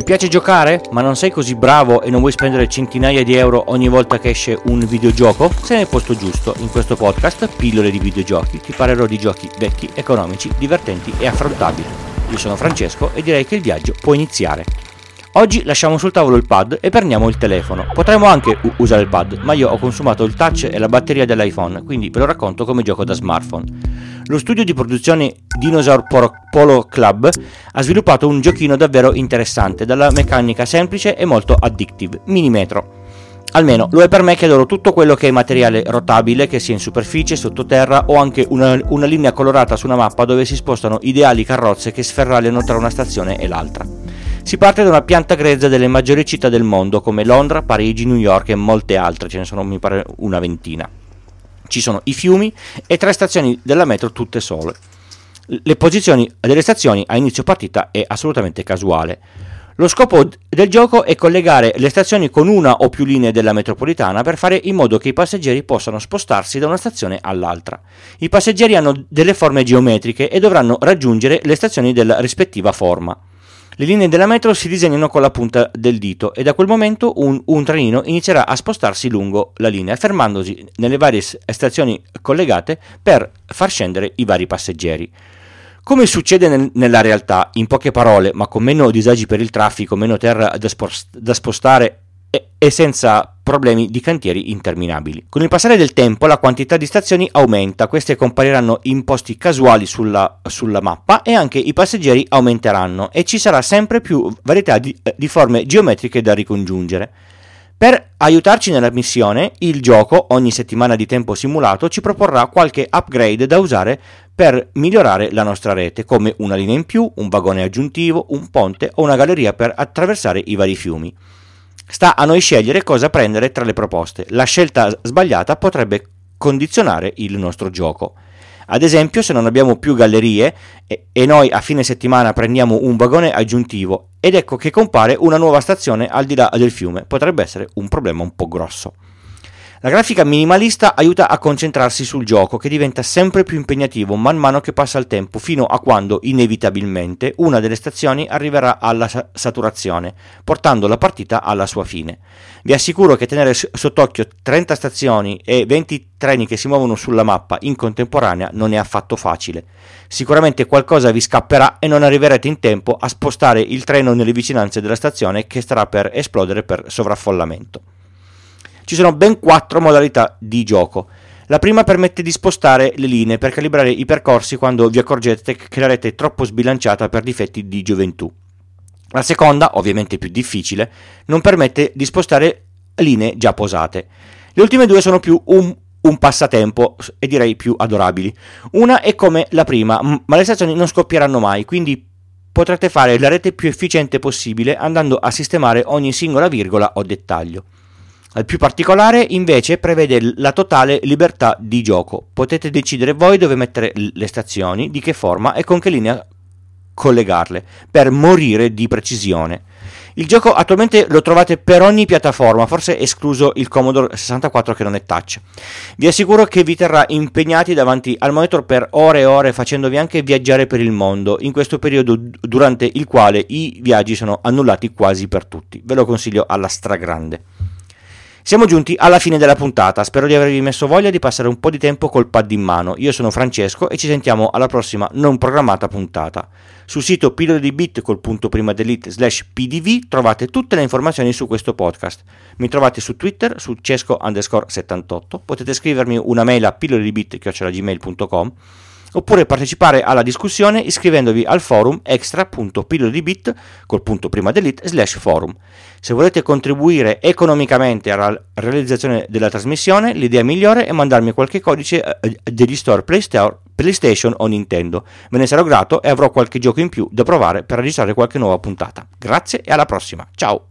piace giocare, ma non sei così bravo e non vuoi spendere centinaia di euro ogni volta che esce un videogioco? Sei nel posto giusto. In questo podcast, Pillole di videogiochi, ti parlerò di giochi vecchi, economici, divertenti e affrontabili. Io sono Francesco e direi che il viaggio può iniziare. Oggi lasciamo sul tavolo il pad e prendiamo il telefono. Potremmo anche usare il pad, ma io ho consumato il touch e la batteria dell'iPhone, quindi ve lo racconto come gioco da smartphone. Lo studio di produzione Dinosaur Polo Club ha sviluppato un giochino davvero interessante, dalla meccanica semplice e molto addictive, Minimetro. Almeno lo è per me, che adoro tutto quello che è materiale rotabile, che sia in superficie, sottoterra o anche una linea colorata su una mappa dove si spostano ideali carrozze che sferragliano tra una stazione e l'altra. Si parte da una pianta grezza delle maggiori città del mondo come Londra, Parigi, New York e molte altre, ce ne sono mi pare una ventina. Ci sono i fiumi e 3 stazioni della metro tutte sole. Le posizioni delle stazioni a inizio partita è assolutamente casuale. Lo scopo del gioco è collegare le stazioni con una o più linee della metropolitana per fare in modo che i passeggeri possano spostarsi da una stazione all'altra. I passeggeri hanno delle forme geometriche e dovranno raggiungere le stazioni della rispettiva forma. Le linee della metro si disegnano con la punta del dito e da quel momento un trenino inizierà a spostarsi lungo la linea, fermandosi nelle varie stazioni collegate per far scendere i vari passeggeri. Come succede nella realtà, in poche parole, ma con meno disagi per il traffico, meno terra da spostare e senza problemi di cantieri interminabili. Con il passare del tempo la quantità di stazioni aumenta, queste compariranno in posti casuali sulla mappa e anche i passeggeri aumenteranno e ci sarà sempre più varietà di forme geometriche da ricongiungere. Per aiutarci nella missione, il gioco, ogni settimana di tempo simulato, ci proporrà qualche upgrade da usare per migliorare la nostra rete, come una linea in più, un vagone aggiuntivo, un ponte o una galleria per attraversare i vari fiumi. Sta a noi scegliere cosa prendere tra le proposte. La scelta sbagliata potrebbe condizionare il nostro gioco. Ad esempio, se non abbiamo più gallerie e noi a fine settimana prendiamo un vagone aggiuntivo ed ecco che compare una nuova stazione al di là del fiume, potrebbe essere un problema un po' grosso. La grafica minimalista aiuta a concentrarsi sul gioco, che diventa sempre più impegnativo man mano che passa il tempo, fino a quando inevitabilmente una delle stazioni arriverà alla saturazione, portando la partita alla sua fine. Vi assicuro che tenere sott'occhio 30 stazioni e 20 treni che si muovono sulla mappa in contemporanea non è affatto facile. Sicuramente qualcosa vi scapperà e non arriverete in tempo a spostare il treno nelle vicinanze della stazione, che starà per esplodere per sovraffollamento. Ci sono ben 4 modalità di gioco. La prima permette di spostare le linee per calibrare i percorsi quando vi accorgete che la rete è troppo sbilanciata per difetti di gioventù. La seconda, ovviamente più difficile, non permette di spostare linee già posate. Le ultime 2 sono più un passatempo e direi più adorabili. Una è come la prima, ma le stazioni non scoppieranno mai, quindi potrete fare la rete più efficiente possibile andando a sistemare ogni singola virgola o dettaglio. Il più particolare invece prevede la totale libertà di gioco. Potete decidere voi dove mettere le stazioni, di che forma e con che linea collegarle, per morire di precisione. Il gioco attualmente lo trovate per ogni piattaforma, forse escluso il Commodore 64 che non è touch. Vi assicuro che vi terrà impegnati davanti al monitor per ore e ore, facendovi anche viaggiare per il mondo, in questo periodo durante il quale i viaggi sono annullati quasi per tutti. Ve lo consiglio alla stragrande. Siamo giunti alla fine della puntata, spero di avervi messo voglia di passare un po' di tempo col pad in mano. Io sono Francesco e ci sentiamo alla prossima non programmata puntata. Sul sito pillole di bit col punto prima delete/pdv trovate tutte le informazioni su questo podcast. Mi trovate su Twitter su cesco_78, potete scrivermi una mail a pillolebit@gmail.com oppure partecipare alla discussione iscrivendovi al forum extra.pillolebit col punto prima delete/forum. Se volete contribuire economicamente alla realizzazione della trasmissione, l'idea migliore è mandarmi qualche codice degli store PlayStation o Nintendo. Ve ne sarò grato e avrò qualche gioco in più da provare per registrare qualche nuova puntata. Grazie e alla prossima, ciao!